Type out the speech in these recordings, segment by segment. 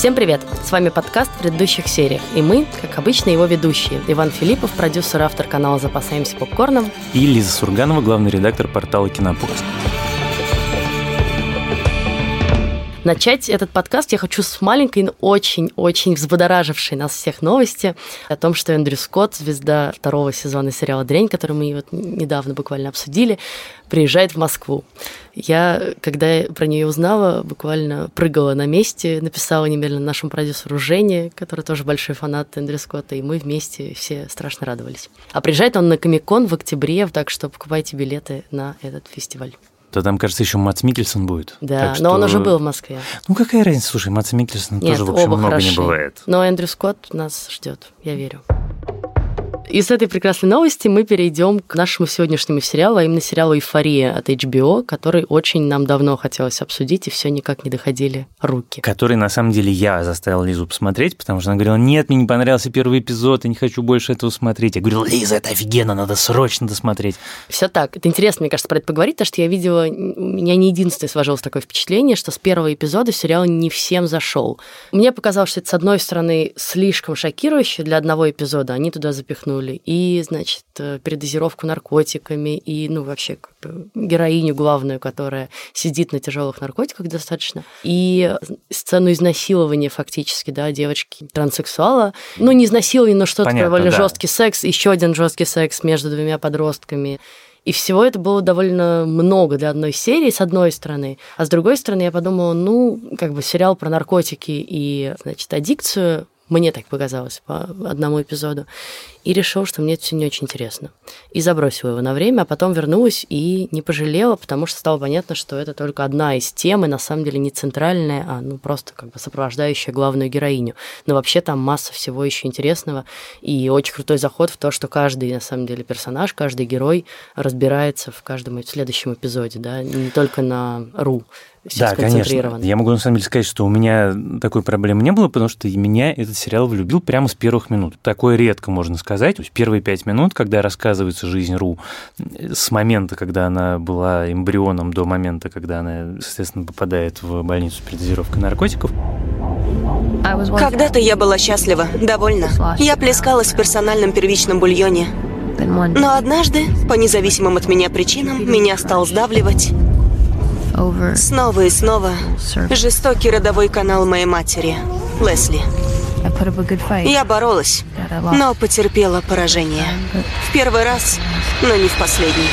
Всем привет! С вами подкаст в предыдущих сериях. И мы, как обычно, его ведущие. Иван Филиппов, продюсер, автор канала «Запасаемся попкорном». И Лиза Сурганова, главный редактор портала «Кинопоиск». Начать этот подкаст я хочу с маленькой, но очень-очень взбодоражившей нас всех новости о том, что Эндрю Скотт, звезда второго сезона сериала «Дрянь», который мы вот недавно буквально обсудили, приезжает в Москву. Я, когда про нее узнала, буквально прыгала на месте, написала немедленно нашему продюсеру Жене, который тоже большой фанат Эндрю Скотта, и мы вместе все страшно радовались. А приезжает он на Комик-кон в октябре, так что покупайте билеты на этот фестиваль. То там, кажется, еще Мадс Миккельсен будет. Да, но он уже был в Москве. Ну, какая разница? Слушай, Мадса Миккельсена тоже, в общем, много хороши. Не бывает. Но Эндрю Скотт нас ждет, я верю. И с этой прекрасной новости мы перейдем к нашему сегодняшнему сериалу, а именно сериалу «Эйфория» от HBO, который очень нам давно хотелось обсудить, и все никак не доходили руки. Который, на самом деле, я заставил Лизу посмотреть, потому что она говорила: нет, мне не понравился первый эпизод, я не хочу больше этого смотреть. Я говорил: Лиза, это офигенно, надо срочно досмотреть. Все так. Это интересно, мне кажется, про это поговорить, потому что я видела, у меня не единственное сложилось такое впечатление, что с первого эпизода сериал не всем зашел. Мне показалось, что это, с одной стороны, слишком шокирующе для одного эпизода, они туда запихнули и, значит, передозировку наркотиками, и, вообще, героиню главную, которая сидит на тяжелых наркотиках достаточно, и сцену изнасилования фактически, да, девочки транссексуала. Не изнасилование, но что-то довольно жесткий секс, еще один жесткий секс между двумя подростками. И всего это было довольно много для одной серии, с одной стороны. А с другой стороны, я подумала, сериал про наркотики и, значит, аддикцию, мне так показалось по одному эпизоду, и решила, что мне это все не очень интересно. И забросила его на время, а потом вернулась и не пожалела, потому что стало понятно, что это только одна из тем, и на самом деле не центральная, а просто сопровождающая главную героиню. Но вообще там масса всего еще интересного, и очень крутой заход в то, что каждый, на самом деле, персонаж, каждый герой разбирается в каждом следующем эпизоде, да, не только на Ру. Да, конечно. Я могу на самом деле сказать, что у меня такой проблемы не было, потому что меня этот сериал влюбил прямо с первых минут. Такое редко можно сказать. То есть первые 5 минут, когда рассказывается жизнь Ру, с момента, когда она была эмбрионом, до момента, когда она, естественно, попадает в больницу с передозировкой наркотиков. Когда-то я была счастлива, довольна. Я плескалась в персональном первичном бульоне. Но однажды, по независимым от меня причинам, меня стал сдавливать снова и снова жестокий родовой канал моей матери, Лесли. Я боролась, но потерпела поражение. В первый раз, но не в последний.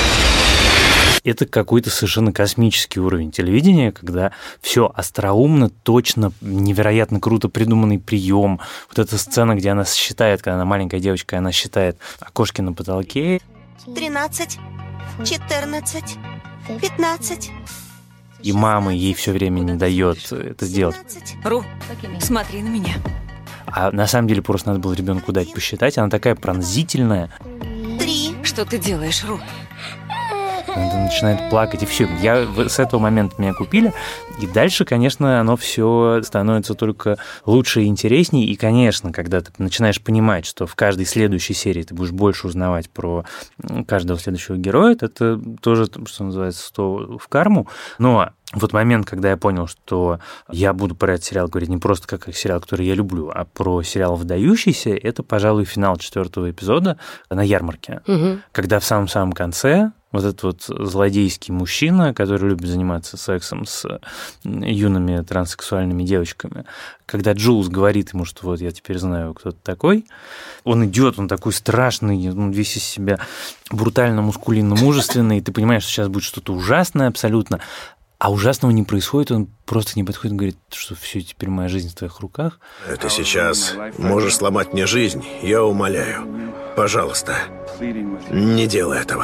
Это какой-то совершенно космический уровень телевидения, когда все остроумно, точно, невероятно круто придуманный прием. Вот эта сцена, где она считает, когда она маленькая девочка, она считает окошки на потолке. 13, 14, 15. И мама ей все время не дает это сделать. Ру, смотри на меня. А на самом деле просто надо было ребенку дать посчитать. Она такая пронзительная. 3. Что ты делаешь, Ру? Она начинает плакать, и все. С этого момента меня купили. И дальше, конечно, оно все становится только лучше и интереснее. И, конечно, когда ты начинаешь понимать, что в каждой следующей серии ты будешь больше узнавать про каждого следующего героя, это тоже, что называется, 100 в карму. Но вот момент, когда я понял, что я буду про этот сериал говорить не просто как сериал, который я люблю, а про сериал «Выдающийся», это, пожалуй, финал 4-го эпизода на ярмарке. Угу. Когда в самом-самом конце вот этот вот злодейский мужчина, который любит заниматься сексом с юными транссексуальными девочками, когда Джулс говорит ему, что вот я теперь знаю, кто ты такой, он идет, он такой страшный, он весь из себя брутально, мускулинно, мужественный, и ты понимаешь, что сейчас будет что-то ужасное абсолютно, а ужасного не происходит, он просто не подходит и говорит, что все, теперь моя жизнь в твоих руках. Ты сейчас можешь сломать мне жизнь, я умоляю. Пожалуйста, не делай этого.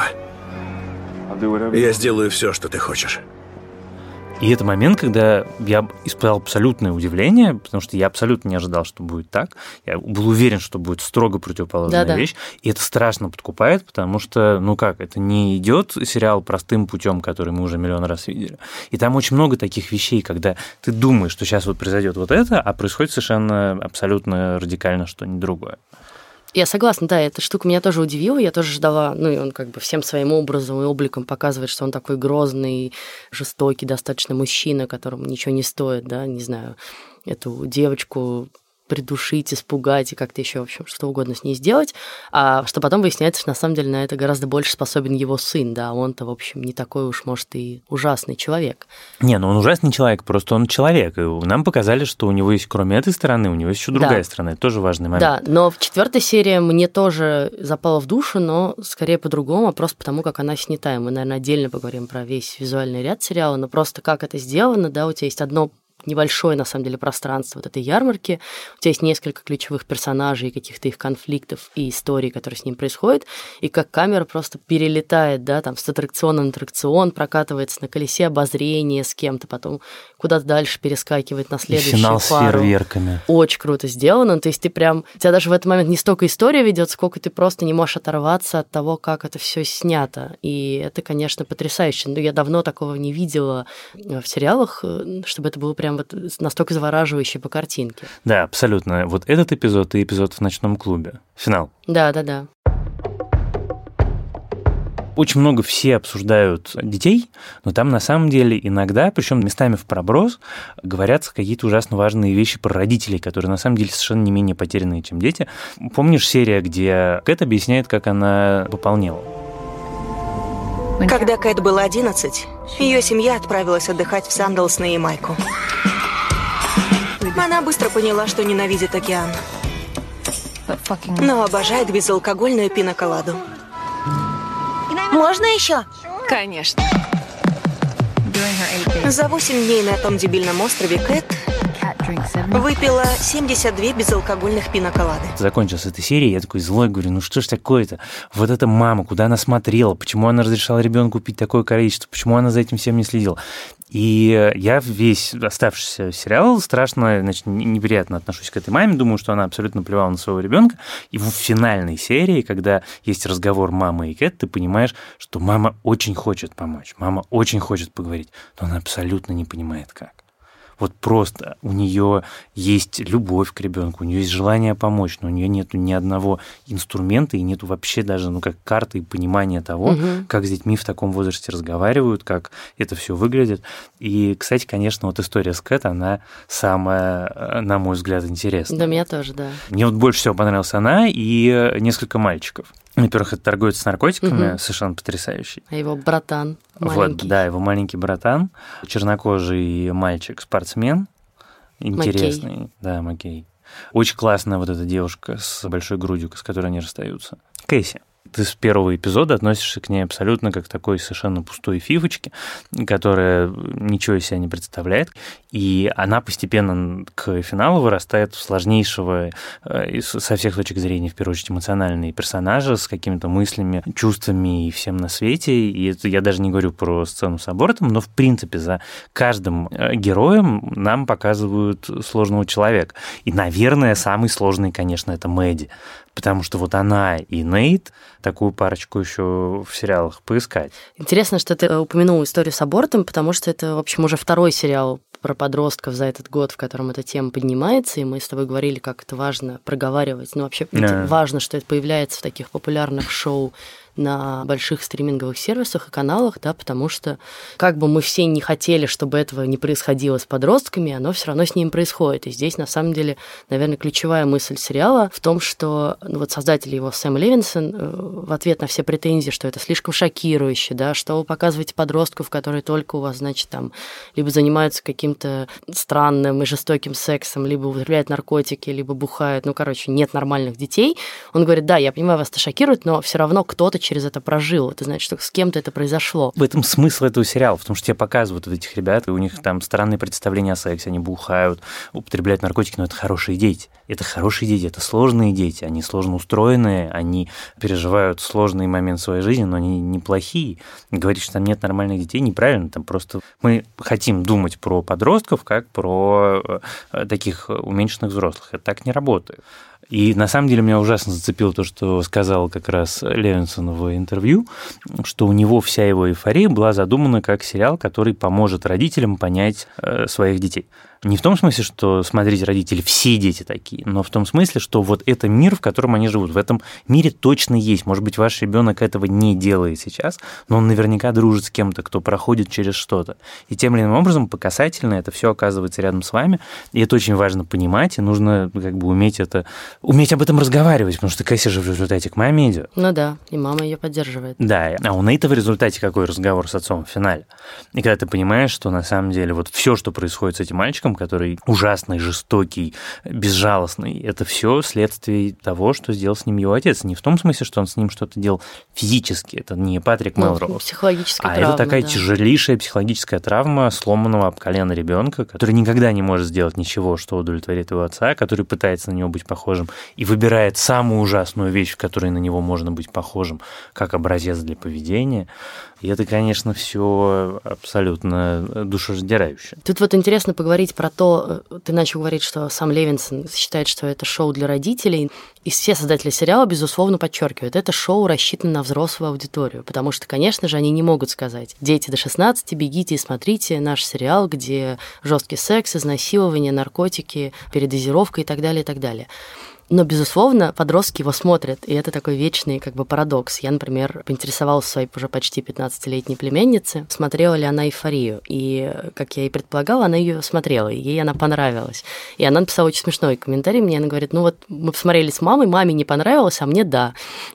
Я сделаю все, что ты хочешь. И это момент, когда я испытал абсолютное удивление, потому что я абсолютно не ожидал, что будет так. Я был уверен, что будет строго противоположная вещь. И это страшно подкупает, потому что, это не идет сериал простым путем, который мы уже миллион раз видели. И там очень много таких вещей, когда ты думаешь, что сейчас вот произойдет вот это, а происходит совершенно абсолютно радикально что-нибудь другое. Я согласна, да, эта штука меня тоже удивила, я тоже ждала, и он всем своим образом и обликом показывает, что он такой грозный, жестокий достаточно мужчина, которому ничего не стоит, да, не знаю, эту девочку придушить, испугать и как-то еще, в общем, что угодно с ней сделать, а что потом выясняется, что на самом деле на это гораздо больше способен его сын, да, он-то, в общем, не такой уж, может, и ужасный человек. Не, ну он ужасный человек, просто он человек, и нам показали, что у него есть, кроме этой стороны, у него есть еще другая сторона, это тоже важный момент. Да, но в 4-й серии мне тоже запала в душу, но скорее по-другому, а просто потому, как она снята, и мы, наверное, отдельно поговорим про весь визуальный ряд сериала, но просто как это сделано, да, у тебя есть одно небольшое, на самом деле, пространство вот этой ярмарки. У тебя есть несколько ключевых персонажей, каких-то их конфликтов и историй, которые с ним происходят, и как камера просто перелетает, да, там, с аттракциона на аттракцион, прокатывается на колесе обозрения с кем-то, потом куда-то дальше перескакивает на следующую финал пару. С фейерверками. Очень круто сделано. То есть ты прям... У тебя даже в этот момент не столько история ведет, сколько ты просто не можешь оторваться от того, как это все снято. И это, конечно, потрясающе. Но я давно такого не видела в сериалах, чтобы это было прям вот настолько завораживающе по картинке. Да, абсолютно. Вот этот эпизод и эпизод в ночном клубе. Финал. Да. Очень много все обсуждают детей, но там на самом деле иногда, причем местами в проброс, говорятся какие-то ужасно важные вещи про родителей, которые на самом деле совершенно не менее потерянные, чем дети. Помнишь серия, где Кэт объясняет, как она пополнела? Когда Кэт было 11, ее семья отправилась отдыхать в Сандалс на Ямайку. Она быстро поняла, что ненавидит океан, но обожает безалкогольную пиноколаду. Можно еще? Конечно. За 8 дней на том дебильном острове Кэт выпила 72 безалкогольных пиноколады. Закончилась эта серия, я такой злой, говорю, ну что ж такое-то? Вот эта мама, куда она смотрела, почему она разрешала ребенку пить такое количество, почему она за этим всем не следила? И я весь оставшийся сериал страшно, значит, неприятно отношусь к этой маме, думаю, что она абсолютно плевала на своего ребенка. И в финальной серии, когда есть разговор мамы и Кэт, ты понимаешь, что мама очень хочет помочь, мама очень хочет поговорить, но она абсолютно не понимает, как. Вот просто у нее есть любовь к ребенку, у нее есть желание помочь, но у нее нет ни одного инструмента и нет вообще даже, как карты и понимания того, как с детьми в таком возрасте разговаривают, как это все выглядит. И, кстати, конечно, вот история с Кэт, она самая, на мой взгляд, интересная. Да, меня тоже, да. Мне вот больше всего понравилась она и несколько мальчиков. Во-первых, это торговец с наркотиками, совершенно потрясающий. А его братан маленький. Вот, да, его маленький братан, чернокожий мальчик-спортсмен, интересный. Маккей. Да, Маккей. Очень классная вот эта девушка с большой грудью, с которой они расстаются. Кэсси. Ты с первого эпизода относишься к ней абсолютно как к такой совершенно пустой фифочке, которая ничего из себя не представляет, и она постепенно к финалу вырастает в сложнейшего со всех точек зрения, в первую очередь, эмоциональные персонажа с какими-то мыслями, чувствами и всем на свете. И это я даже не говорю про сцену с абортом, но, в принципе, за каждым героем нам показывают сложного человека. И, наверное, самый сложный, конечно, это Мэдди. Потому что вот она и Нейт, такую парочку еще в сериалах поискать. Интересно, что ты упомянул историю с абортом, потому что это, в общем, уже второй сериал про подростков за этот год, в котором эта тема поднимается, и мы с тобой говорили, как это важно проговаривать. Ну, вообще, важно, что это появляется в таких популярных шоу на больших стриминговых сервисах и каналах, да, потому что как бы мы все не хотели, чтобы этого не происходило с подростками, оно все равно с ним происходит. И здесь, на самом деле, наверное, ключевая мысль сериала в том, что вот создатель его, Сэм Левинсон, в ответ на все претензии, что это слишком шокирующе, да, что вы показываете подростков, которые только у вас, значит, там, либо занимаются каким-то странным и жестоким сексом, либо употребляют наркотики, либо бухают, нет нормальных детей. Он говорит, да, я понимаю, вас это шокирует, но все равно кто-то через это прожил. Это значит, что с кем-то это произошло. В этом смысл этого сериала, потому что тебе показывают вот этих ребят, и у них там странные представления о сексе, они бухают, употребляют наркотики, но это хорошие дети. Это хорошие дети, это сложные дети, они сложно устроенные, они переживают сложный момент своей жизни, но они неплохие. Говорить, что там нет нормальных детей, неправильно. Там просто мы хотим думать про подростков, как про таких уменьшенных взрослых. Это так не работает. И на самом деле меня ужасно зацепило то, что сказал как раз Левинсон в интервью, что у него вся его эйфория была задумана как сериал, который поможет родителям понять своих детей. Не в том смысле, что, смотрите, родители, все дети такие, но в том смысле, что вот это мир, в котором они живут. В этом мире точно есть. Может быть, ваш ребенок этого не делает сейчас, но он наверняка дружит с кем-то, кто проходит через что-то. И тем или иным образом, по касательно, это все оказывается рядом с вами. И это очень важно понимать, и нужно как бы уметь об этом разговаривать, потому что Кэсси же в результате к маме идет. Ну да, и мама ее поддерживает. Да, а у Нейта в результате какой разговор с отцом в финале? И когда ты понимаешь, что на самом деле вот все, что происходит с этим мальчиком, который ужасный, жестокий, безжалостный, это все следствие того, что сделал с ним его отец. Не в том смысле, что он с ним что-то делал физически, это не Патрик Мелроуз, психологическая травма, это такая тяжелейшая психологическая травма сломанного об колено ребенка, который никогда не может сделать ничего, что удовлетворит его отца, который пытается на него быть похожим и выбирает самую ужасную вещь, в которой на него можно быть похожим, как образец для поведения. И это, конечно, все абсолютно душераздирающе. Тут вот интересно поговорить про то, ты начал говорить, что сам Левинсон считает, что это шоу для родителей, и все создатели сериала, безусловно, подчеркивают, это шоу рассчитано на взрослую аудиторию, потому что, конечно же, они не могут сказать: дети до 16, бегите и смотрите наш сериал, где жесткий секс, изнасилование, наркотики, передозировка и так далее, и так далее. Но, безусловно, подростки его смотрят, и это такой вечный как бы парадокс. Я, например, поинтересовалась своей уже почти 15-летней племяннице, смотрела ли она «Эйфорию», и, как я и предполагала, она ее смотрела, и ей она понравилась. И она написала очень смешной комментарий мне, она говорит: ну вот мы посмотрели с мамой, маме не понравилось, а мне да.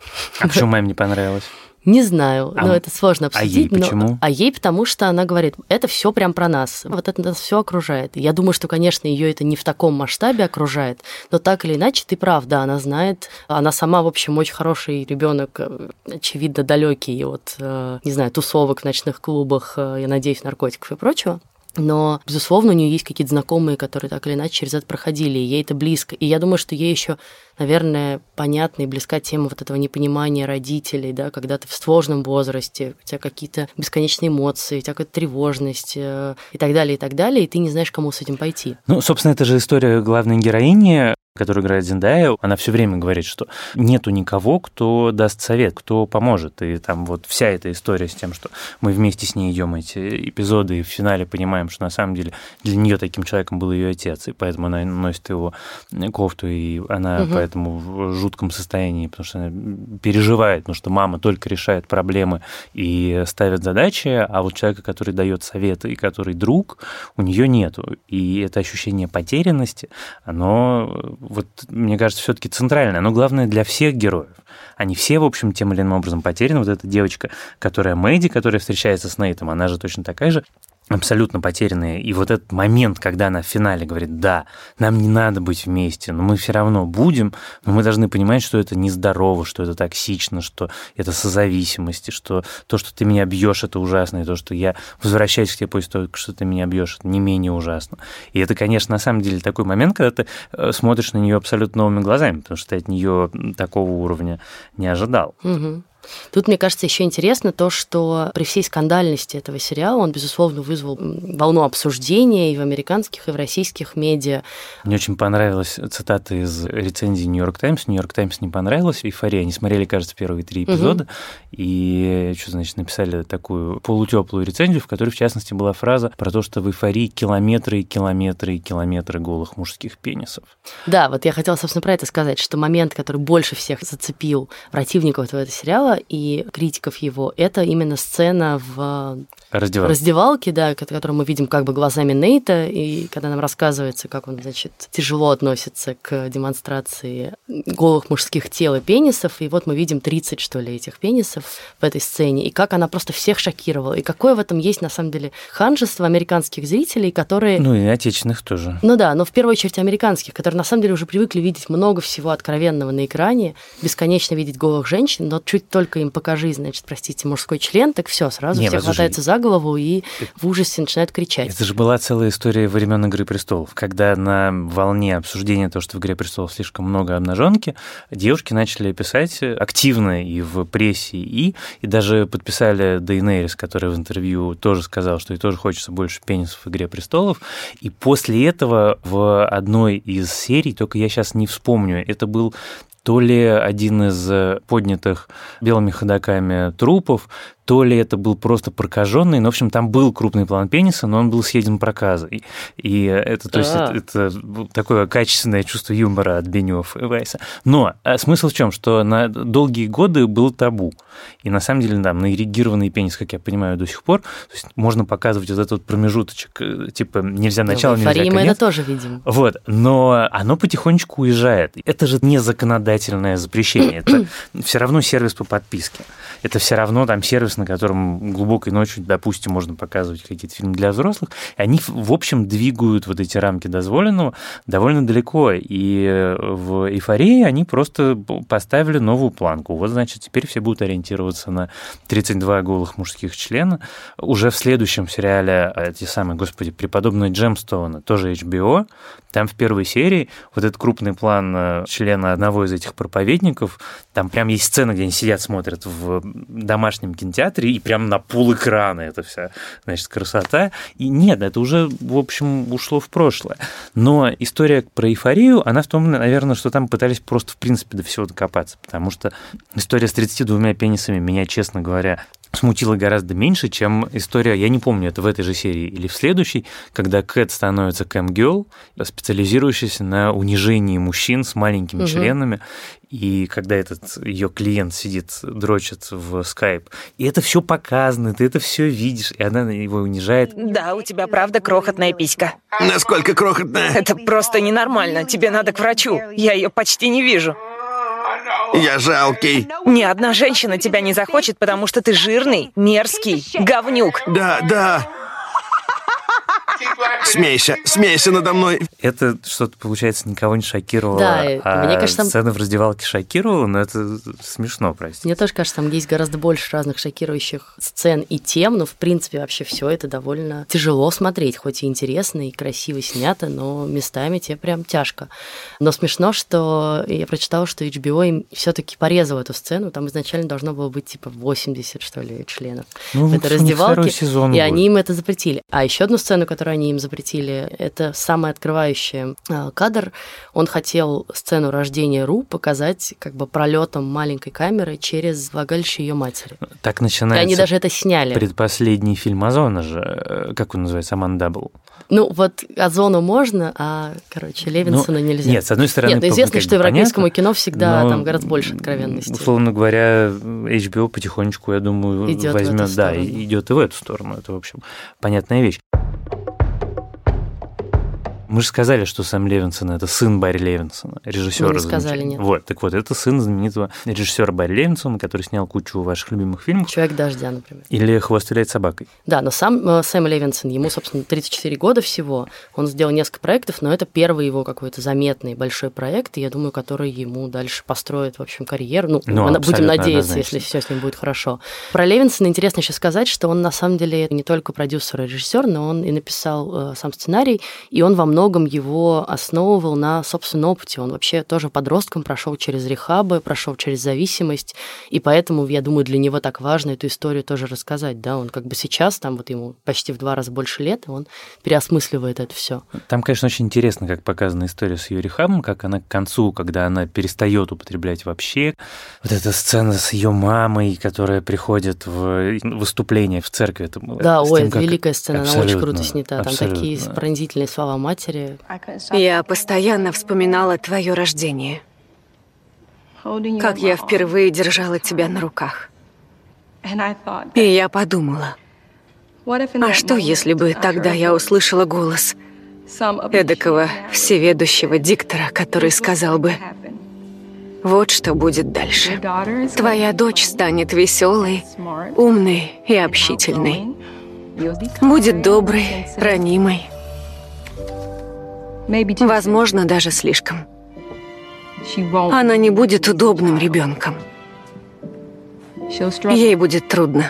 А почему маме не понравилось? Не знаю, но это сложно обсудить. А ей почему? А ей потому, что она говорит, это все прям про нас, вот это нас все окружает. Я думаю, что, конечно, ее это не в таком масштабе окружает, но так или иначе, ты прав, да, она знает, она сама, в общем, очень хороший ребенок, очевидно, далекий от, не знаю, тусовок в ночных клубах, я надеюсь, наркотиков и прочего. Но, безусловно, у нее есть какие-то знакомые, которые так или иначе через это проходили, и ей это близко. И я думаю, что ей еще, наверное, понятна и близка тема вот этого непонимания родителей, да, когда ты в сложном возрасте, у тебя какие-то бесконечные эмоции, у тебя какая-то тревожность и так далее, и ты не знаешь, кому с этим пойти. Ну, собственно, это же история главной героини, которую играет Зендая. Она все время говорит, что нету никого, кто даст совет, кто поможет. И там вот вся эта история с тем, что мы вместе с ней идем эти эпизоды, и в финале понимаем, что на самом деле для нее таким человеком был ее отец, и поэтому она носит его кофту, и она поэтому в жутком состоянии, потому что она переживает, потому что мама только решает проблемы и ставит задачи, а вот человека, который дает советы и который друг, у нее нету. И это ощущение потерянности, оно, вот, мне кажется, все-таки центральное, но главное для всех героев. Они все, в общем, тем или иным образом потеряны. Вот эта девочка, которая Мэдди, которая встречается с Нейтом, она же точно такая же, абсолютно потерянная. И вот этот момент, когда она в финале говорит: да, нам не надо быть вместе, но мы все равно будем, но мы должны понимать, что это нездорово, что это токсично, что это созависимости, что то, что ты меня бьешь, это ужасно, и то, что я возвращаюсь к тебе после того, что ты меня бьешь, это не менее ужасно. И это, конечно, на самом деле такой момент, когда ты смотришь на нее абсолютно новыми глазами, потому что ты от нее такого уровня не ожидал. Угу. Тут, мне кажется, еще интересно то, что при всей скандальности этого сериала он, безусловно, вызвал волну обсуждения и в американских, и в российских медиа. Мне очень понравилась цитата из рецензии «Нью-Йорк Таймс». «Нью-Йорк Таймс» не понравилась «Эйфория». Они смотрели, кажется, первые 3 эпизода, и что значит, написали такую полутеплую рецензию, в которой, в частности, была фраза про то, что в «Эйфории» километры и километры и километры голых мужских пенисов. Да, вот я хотела, собственно, про это сказать, что момент, который больше всех зацепил противников этого сериала и критиков его, это именно сцена в раздевалке, да, которую мы видим как бы глазами Нейта, и когда нам рассказывается, как он, значит, тяжело относится к демонстрации голых мужских тел и пенисов, и вот мы видим 30, что ли, этих пенисов в этой сцене, и как она просто всех шокировала, и какое в этом есть, на самом деле, ханжество американских зрителей, которые... Ну и отечественных тоже. Ну да, но в первую очередь американских, которые, на самом деле, уже привыкли видеть много всего откровенного на экране, бесконечно видеть голых женщин, но чуть только им покажи, значит, простите, мужской член, так все, сразу все хватаются за голову и в ужасе начинают кричать. Это же была целая история времен «Игры престолов», когда на волне обсуждения того, что в «Игре престолов» слишком много обнаженки, девушки начали писать активно и в прессе, и даже подписали Дейенерис, которая в интервью тоже сказала, что ей тоже хочется больше пенисов в «Игре престолов», и после этого в одной из серий, только я сейчас не вспомню, это был то ли один из поднятых белыми ходоками трупов, то ли это был просто прокаженный, но, в общем, там был крупный план пениса, но он был съеден проказой. И это, то есть, это такое качественное чувство юмора от Бенioff и Вайса. Но смысл в чем? Что на долгие годы был табу. И на самом деле, да, на эрегированный пенис, как я понимаю, до сих пор, то есть можно показывать вот этот вот промежуточек, типа нельзя начало, нельзя конец. Мы это тоже видим. Вот, но оно потихонечку уезжает. Это же не законодательное запрещение, это все равно сервис по подписке. Это все равно там сервис, на котором глубокой ночью, допустим, можно показывать какие-то фильмы для взрослых. И они, в общем, двигают вот эти рамки дозволенного довольно далеко. И в «Эйфории» они просто поставили новую планку. Вот, значит, теперь все будут ориентироваться на 32 голых мужских члена. Уже в следующем сериале эти самые, господи, преподобные Джемстоуны, тоже HBO, там в первой серии вот этот крупный план члена одного из этих проповедников, там прям есть сцена, где они сидят, смотрят в домашнем кинотеатре, и прям на полэкрана это вся, значит, красота. И нет, это уже, в общем, ушло в прошлое. Но история про «Эйфорию», она в том, наверное, что там пытались просто, в принципе, до всего докопаться, потому что история с 32 пенисами меня, честно говоря, смутило гораздо меньше, чем история, я не помню, это в этой же серии или в следующей, когда Кэт становится кэм-гёрл, специализирующаяся на унижении мужчин с маленькими членами, и когда этот ее клиент сидит, дрочит в скайп, и это все показано, ты это все видишь, и она его унижает. Да, у тебя правда крохотная писька. Насколько крохотная? Это просто ненормально, тебе надо к врачу, я ее почти не вижу. Я жалкий. Ни одна женщина тебя не захочет, потому что ты жирный, мерзкий, говнюк. Да. Смейся надо мной. Это что-то, получается, никого не шокировало, да, мне кажется, сцена в раздевалке шокировала, но это смешно, простите. Мне тоже кажется, там есть гораздо больше разных шокирующих сцен и тем, но, в принципе, вообще все это довольно тяжело смотреть, хоть и интересно, и красиво снято, но местами тебе прям тяжко. Но смешно, что я прочитала, что HBO им все-таки порезал эту сцену, там изначально должно было быть типа 80, что ли, членов в этой раздевалке, и они им это запретили. А еще одну сцену, которую они им запретили, это самый открывающий кадр. Он хотел сцену рождения Ру показать как бы пролетом маленькой камеры через влагалище ее матери. Так начинается. И они даже это сняли. Предпоследний фильм Озона же, как он называется, «Амандабл». Ну, вот Озону можно, а, короче, Левинсону нельзя. Нет, с одной стороны... Нет, известно, что европейскому кино всегда там гораздо больше откровенности. Условно говоря, HBO потихонечку, я думаю, возьмет, да, идет и в эту сторону. Это, в общем, понятная вещь. Мы же сказали, что Сэм Левинсон – это сын Барри Левинсона, режиссера. Мы не сказали, нет. Вот, так вот, это сын знаменитого режиссера Барри Левинсона, который снял кучу ваших любимых фильмов. «Человек дождя», например. Или «Хвост виляет собакой». Да, но сам Сэм Левинсон, ему, собственно, 34 года всего. Он сделал несколько проектов, но это первый его какой-то заметный большой проект, и я думаю, который ему дальше построит, в общем, карьеру. Ну будем надеяться, если все с ним будет хорошо. Про Левинсона интересно еще сказать, что он, на самом деле, не только продюсер и режиссер, но он и написал сам сценарий, и он во многом его основывал на собственном опыте. Он вообще тоже подростком прошел через рехабы, прошел через зависимость, и поэтому, я думаю, для него так важно эту историю тоже рассказать. Да? Он как бы сейчас, там вот ему почти в 2 раза больше лет, и он переосмысливает это все. Там, конечно, очень интересно, как показана история с ее рехабом, как она к концу, когда она перестает употреблять вообще. Вот эта сцена с ее мамой, которая приходит в выступление в церкви. Да, это великая сцена, она очень круто снята. Там такие пронзительные слова матери. Я постоянно вспоминала твое рождение. Как я впервые держала тебя на руках. И я подумала, а что, если бы тогда я услышала голос эдакого всеведущего диктора, который сказал бы: вот что будет дальше. Твоя дочь станет веселой, умной и общительной. Будет доброй, ранимой. Возможно, даже слишком. Она не будет удобным ребенком. Ей будет трудно.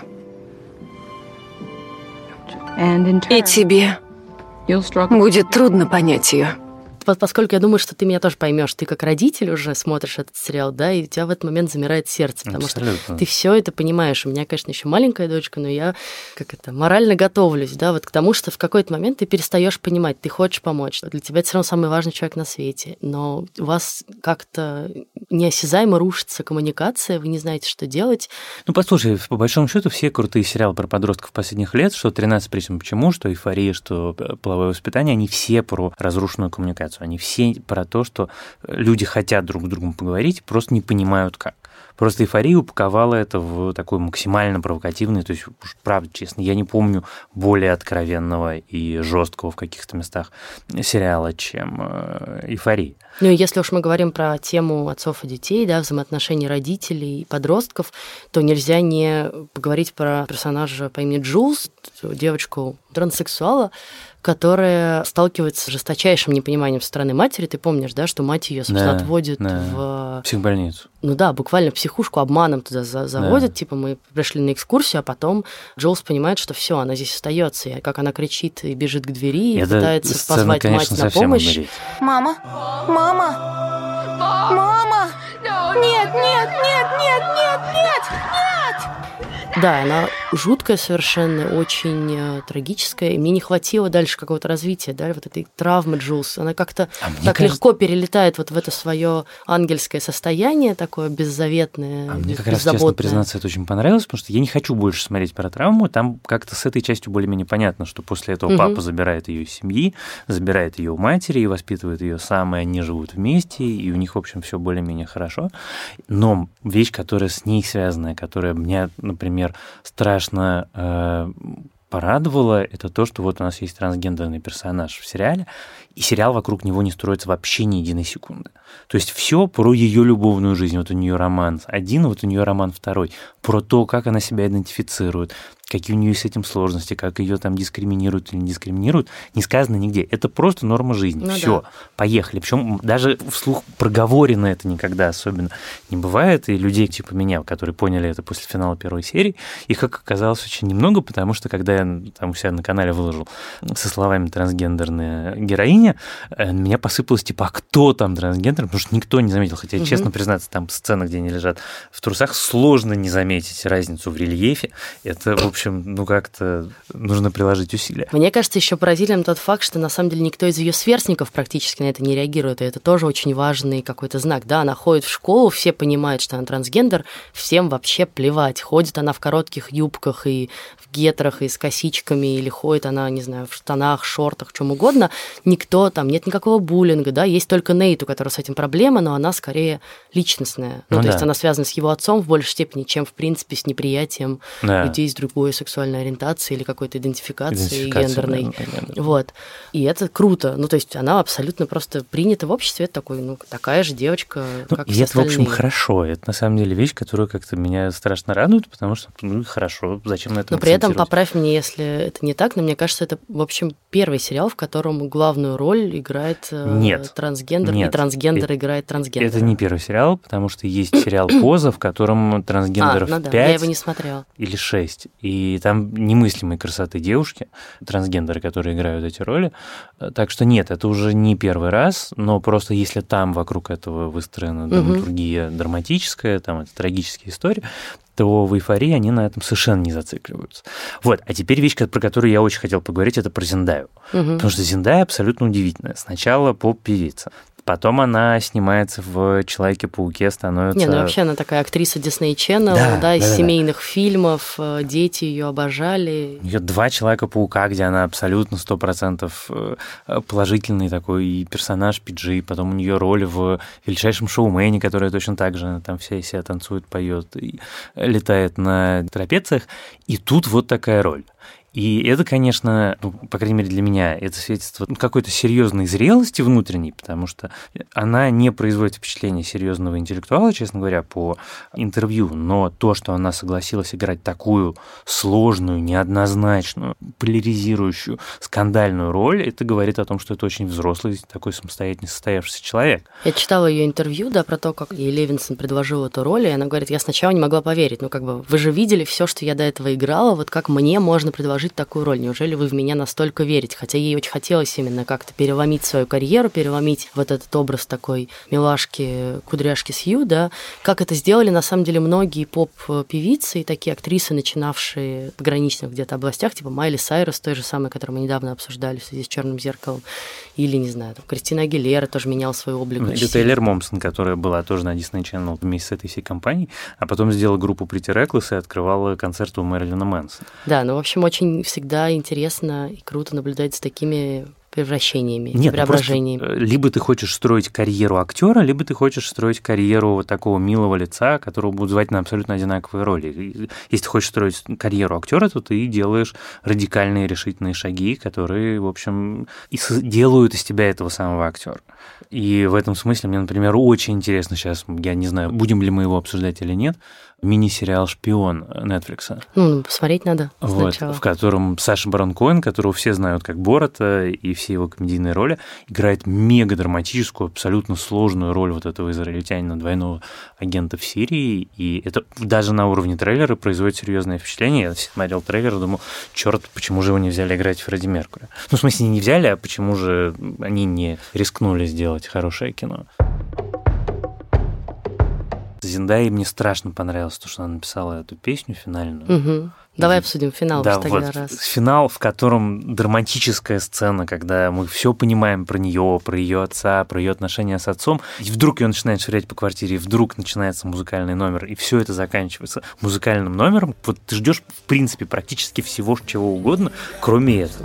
И тебе будет трудно понять ее. Поскольку я думаю, что ты меня тоже поймешь, ты как родитель уже смотришь этот сериал, да, и у тебя в этот момент замирает сердце, потому что ты все это понимаешь. У меня, конечно, еще маленькая дочка, но я морально готовлюсь, да, вот к тому, что в какой-то момент ты перестаешь понимать, ты хочешь помочь. Для тебя это все равно самый важный человек на свете, но у вас как-то неосязаемо рушится коммуникация, вы не знаете, что делать. Ну, послушай, по большому счету все крутые сериалы про подростков последних лет, что «13 причин почему», что «Эйфория», что «Половое воспитание», они все про разрушенную коммуникацию, они все про то, что люди хотят друг с другом поговорить, просто не понимают как. Просто «Эйфория» упаковала это в такой максимально провокативный, то есть, уж правда, честно, я не помню более откровенного и жесткого в каких-то местах сериала, чем «Эйфория». Ну и если уж мы говорим про тему отцов и детей, да, взаимоотношений родителей и подростков, то нельзя не поговорить про персонажа по имени Джулс, девочку транссексуала, которая сталкивается с жесточайшим непониманием со стороны матери. Ты помнишь, да, что мать ее, собственно, отводит в психбольницу. Ну да, буквально психушку обманом туда заводят. Типа мы пришли на экскурсию, а потом Джулс понимает, что все, она здесь остается. И как она кричит и бежит к двери, и пытается позвать мать на помощь. Мама! Мама! Мама! Нет, нет, нет, нет, нет, нет, нет! Да, она жуткая совершенно, очень трагическая, и мне не хватило дальше какого-то развития, да, вот этой травмы Джулс. Она как-то так легко перелетает вот в это свое ангельское состояние, такое беззаветное, беззаботное. Мне как раз, честно признаться, это очень понравилось, потому что я не хочу больше смотреть про травму, там как-то с этой частью более-менее понятно, что после этого папа забирает ее из семьи, забирает ее у матери и воспитывает ее сам, и они живут вместе, и у них, в общем, все более-менее хорошо. Но вещь, которая с ней связана, которая меня, например, страшно порадовало, это то, что вот у нас есть трансгендерный персонаж в сериале, и сериал вокруг него не строится вообще ни единой секунды. То есть все про ее любовную жизнь. Вот у нее роман один, вот у нее роман второй. Про то, как она себя идентифицирует, какие у нее с этим сложности, как ее там дискриминируют или не дискриминируют, не сказано нигде. Это просто норма жизни. Ну, все, да. Поехали. Причем даже вслух проговорено это никогда особенно не бывает. И людей типа меня, которые поняли это после финала первой серии, их, как оказалось, очень немного, потому что когда я там у себя на канале выложил со словами «трансгендерная героиня», меня посыпалось типа, а кто там трансгендер? Потому что никто не заметил. Хотя, честно признаться, там сцена, где они лежат в трусах, сложно не заметить разницу в рельефе. Это, в общем, ну как-то нужно приложить усилия. Мне кажется, еще поразительным тот факт, что на самом деле никто из ее сверстников практически на это не реагирует, и это тоже очень важный какой-то знак. Да, она ходит в школу, все понимают, что она трансгендер, всем вообще плевать. Ходит она в коротких юбках и в гетрах, и с косичками, или ходит она, не знаю, в штанах, шортах, чем угодно. Никто, там нет никакого буллинга, да, есть только Нейт, у которого с этим проблема, но она скорее личностная. Ну, то есть она связана с его отцом в большей степени, чем, в принципе, с неприятием людей с другой сексуальной ориентацией или какой-то идентификацией гендерной. Да. Вот. И это круто. Ну, то есть она абсолютно просто принята в обществе. Это такой, ну, такая же девочка, как и все остальные. Это, в общем, хорошо. Это, на самом деле, вещь, которая как-то меня страшно радует, потому что, ну, хорошо, зачем на этом акцентировать? Но при этом, поправь меня, если это не так, но мне кажется, это, в общем, первый сериал, в котором главную роль играет трансгендер, и трансгендер играет трансгендер. Это не первый сериал, потому что есть сериал «Поза», в котором трансгендеров 5 я его не смотрела. Или 6. И там немыслимой красоты девушки, трансгендеры, которые играют эти роли. Так что нет, это уже не первый раз, но просто если там вокруг этого выстроена драматургия драматическая, там это трагические истории, то в «Эйфории» они на этом совершенно не зацикливаются. Вот, а теперь вещь, про которую я очень хотел поговорить, это про Зендаю. Потому что Зендая абсолютно удивительная. Сначала поп-певица. Потом она снимается в «Человеке-пауке», становится... Не, ну вообще она такая актриса Disney Channel, из семейных фильмов, дети ее обожали. У нее 2 «Человека-паука», где она абсолютно 100% положительный такой персонаж PG, потом у нее роль в «Величайшем шоумене», которая точно так же, там вся из себя танцует, поет и летает на трапециях, и тут вот такая роль. И это, конечно, ну, по крайней мере для меня, это свидетельство какой-то серьезной зрелости внутренней, потому что она не производит впечатление серьезного интеллектуала, честно говоря, по интервью, но то, что она согласилась играть такую сложную, неоднозначную, поляризирующую, скандальную роль, это говорит о том, что это очень взрослый, такой самостоятельный, состоявшийся человек. Я читала ее интервью, да, про то, как ей Левинсон предложил эту роль, и она говорит, я сначала не могла поверить, ну, как бы, вы же видели все, что я до этого играла, вот как мне можно предложить предложить такую роль? Неужели вы в меня настолько верите? Хотя ей очень хотелось именно как-то переломить свою карьеру, переломить вот этот образ такой милашки, кудряшки Сью, да. Как это сделали, на самом деле, многие поп-певицы и такие актрисы, начинавшие в пограничных где-то областях, типа Майли Сайрус, той же самой, которую мы недавно обсуждали в связи с «Черным зеркалом», или, не знаю, там, Кристина Агилера тоже меняла свой облик. Или Тейлор Момсон, которая была тоже на Disney Channel вместе с этой всей компанией, а потом сделала группу Pretty Reckless и открывала концерты у Мэрилина Мэнсона. Да, ну, в общем, очень всегда интересно и круто наблюдать за такими превращениями, нет, преображениями. Либо ты хочешь строить карьеру актера, либо ты хочешь строить карьеру вот такого милого лица, которого будут звать на абсолютно одинаковые роли. Если ты хочешь строить карьеру актера, то ты делаешь радикальные решительные шаги, которые, в общем, и делают из тебя этого самого актера. И в этом смысле мне, например, очень интересно сейчас, я не знаю, будем ли мы его обсуждать или нет, мини-сериал «Шпион» Netflix. Ну, посмотреть надо сначала. Вот, в котором Саша Барон Коэн, которого все знают как Борота, и все его комедийные роли, играет мега-драматическую, абсолютно сложную роль вот этого израильтянина, двойного агента в Сирии, и это даже на уровне трейлера производит серьезное впечатление. Я смотрел трейлер и думал, черт, почему же его не взяли играть Фредди Меркьюри? Ну, в смысле, не взяли, а почему же они не рискнули сделать хорошее кино? Зендайи мне страшно понравилось то, что она написала эту песню финальную. Угу. Давай обсудим финал. Да, вот раз. Финал, в котором драматическая сцена, когда мы все понимаем про нее, про ее отца, про ее отношения с отцом, и вдруг ее начинает швырять по квартире, и вдруг начинается музыкальный номер, и все это заканчивается музыкальным номером. Вот ты ждешь, в принципе, практически всего, чего угодно, кроме этого.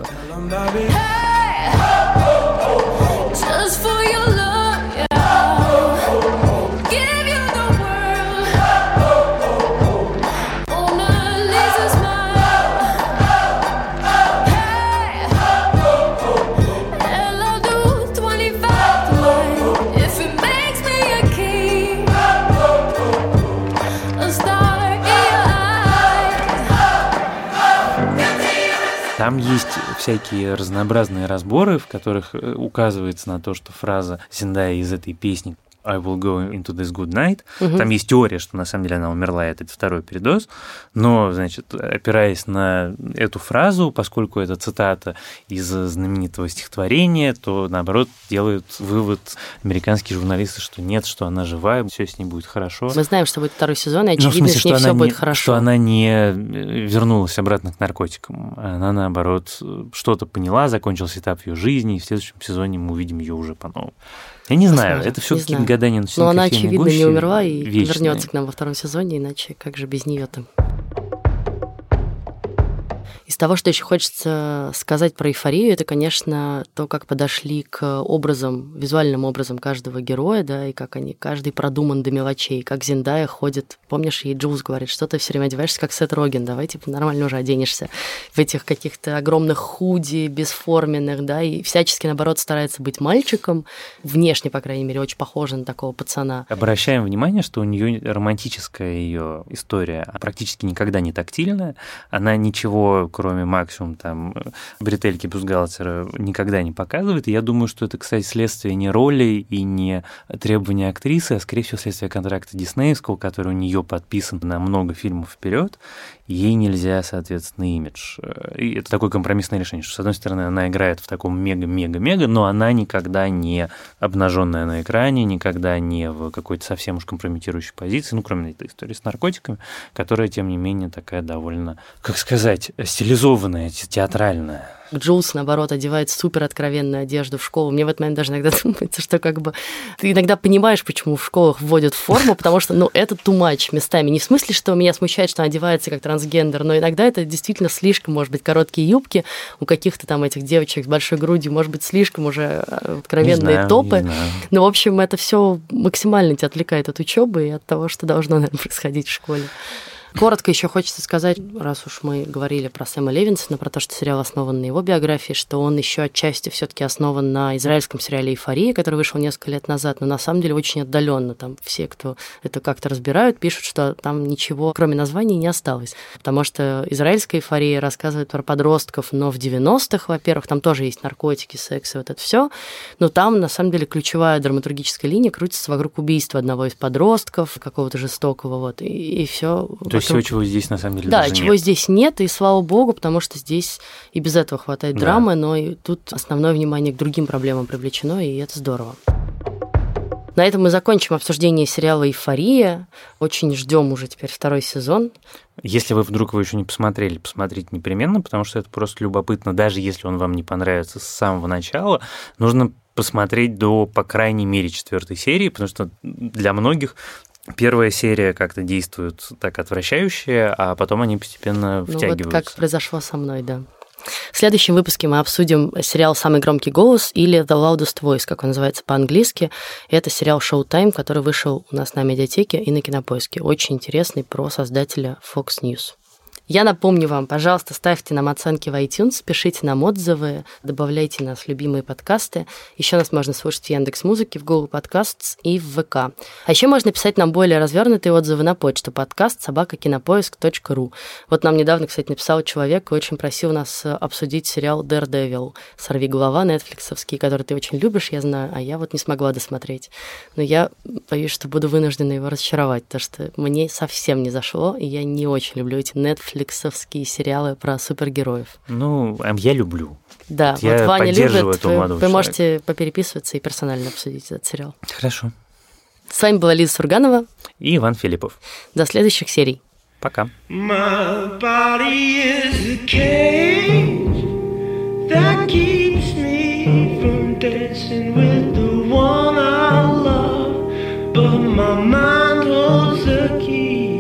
Там есть всякие разнообразные разборы, в которых указывается на то, что фраза Зендайи из этой песни I will go into this good night. Там есть теория, что на самом деле она умерла, и это второй передоз. Но, значит, опираясь на эту фразу, поскольку это цитата из знаменитого стихотворения, то, наоборот, делают вывод американские журналисты, что нет, что она живая, все с ней будет хорошо. Мы знаем, что будет второй сезон, и очевидно, с ней все будет хорошо. Что она не вернулась обратно к наркотикам. Она, наоборот, что-то поняла, закончился этап ее жизни, и в следующем сезоне мы увидим ее уже по-новому. Я не знаю, это все какие-то гадания на Но она, очевидно, не умерла и вернется к нам во втором сезоне, иначе как же без нее-то? Из того, что еще хочется сказать про «Эйфорию», это, конечно, то, как подошли к образам, визуальным образам каждого героя, да, и как они, каждый продуман до мелочей, как Зендайя ходит, помнишь, ей Джулс говорит, что ты все время одеваешься, как Сет Роген, давай, типа, нормально уже оденешься в этих каких-то огромных худи, бесформенных, да, и всячески, наоборот, старается быть мальчиком, внешне, по крайней мере, очень похожа на такого пацана. Обращаем внимание, что у нее романтическая ее история практически никогда не тактильная, она ничего, кроме максимум там бретельки бюстгальтера, никогда не показывает. И я думаю, что это, кстати, следствие не роли и не требования актрисы, а, скорее всего, следствие контракта диснеевского, который у нее подписан на много фильмов вперед. Ей нельзя, соответственно, имидж. И это такое компромиссное решение, что, с одной стороны, она играет в таком мега-мега-мега, но она никогда не обнаженная на экране, никогда не в какой-то совсем уж компрометирующей позиции, ну, кроме этой истории с наркотиками, которая, тем не менее, такая довольно, как сказать, стилизованная, театральная. Джулс, наоборот, одевает супер откровенную одежду в школу. Мне в этот момент даже иногда думается, что как бы ты иногда понимаешь, почему в школах вводят форму, потому что, ну, это too much местами. Не в смысле, что меня смущает, что она одевается как трансгендер, но иногда это действительно слишком, может быть, короткие юбки у каких-то там этих девочек с большой грудью, может быть, слишком уже откровенные топы. Но, в общем, это все максимально тебя отвлекает от учебы и от того, что должно, наверное, происходить в школе. Коротко еще хочется сказать, раз уж мы говорили про Сэма Левинсона, про то, что сериал основан на его биографии, что он еще отчасти все-таки основан на израильском сериале «Эйфория», который вышел несколько лет назад, но на самом деле очень отдаленно. Там все, кто это как-то разбирают, пишут, что там ничего, кроме названия, не осталось. Потому что израильская «Эйфория» рассказывает про подростков, но в 90-х, во-первых, там тоже есть наркотики, секс и вот это все, но там, на самом деле, ключевая драматургическая линия крутится вокруг убийства одного из подростков, какого-то жестокого, вот, и все. То есть всего, чего здесь на самом деле да, даже чего нет. здесь нет, и слава богу, потому что здесь и без этого хватает драмы, но и тут основное внимание к другим проблемам привлечено, и это здорово. На этом мы закончим обсуждение сериала «Эйфория». Очень ждем уже теперь второй сезон. Если вы вдруг его еще не посмотрели, посмотрите непременно, потому что это просто любопытно. Даже если он вам не понравится с самого начала, нужно посмотреть до, по крайней мере, 4-й серии, потому что для многих первая серия как-то действует так отвращающе, а потом они постепенно втягиваются. Вот как произошло со мной, да. В следующем выпуске мы обсудим сериал «Самый громкий голос» или «The Loudest Voice», как он называется по-английски. Это сериал Showtime, который вышел у нас на Медиатеке и на Кинопоиске. Очень интересный, про создателя Fox News. Я напомню вам, пожалуйста, ставьте нам оценки в iTunes, пишите нам отзывы, добавляйте нас в любимые подкасты. Еще нас можно слушать в Яндекс.Музыке, в Google Podcasts и в ВК. А еще можно писать нам более развернутые отзывы на почту podcast@kinopoisk.ru. Вот нам недавно, кстати, написал человек и очень просил нас обсудить сериал Daredevil «Сорвиголова» нетфликсовский, который ты очень любишь, я знаю, а я вот не смогла досмотреть. Но я боюсь, что буду вынуждена его разочаровать, потому что мне совсем не зашло, и я не очень люблю эти нетфликсовские сериалы про супергероев. Ну, я люблю. Да, я вот Ваня любит, вы можете попереписываться и персонально обсудить этот сериал. Хорошо. С вами была Лиза Сурганова и Иван Филиппов. До следующих серий. Пока. My mind holds the key.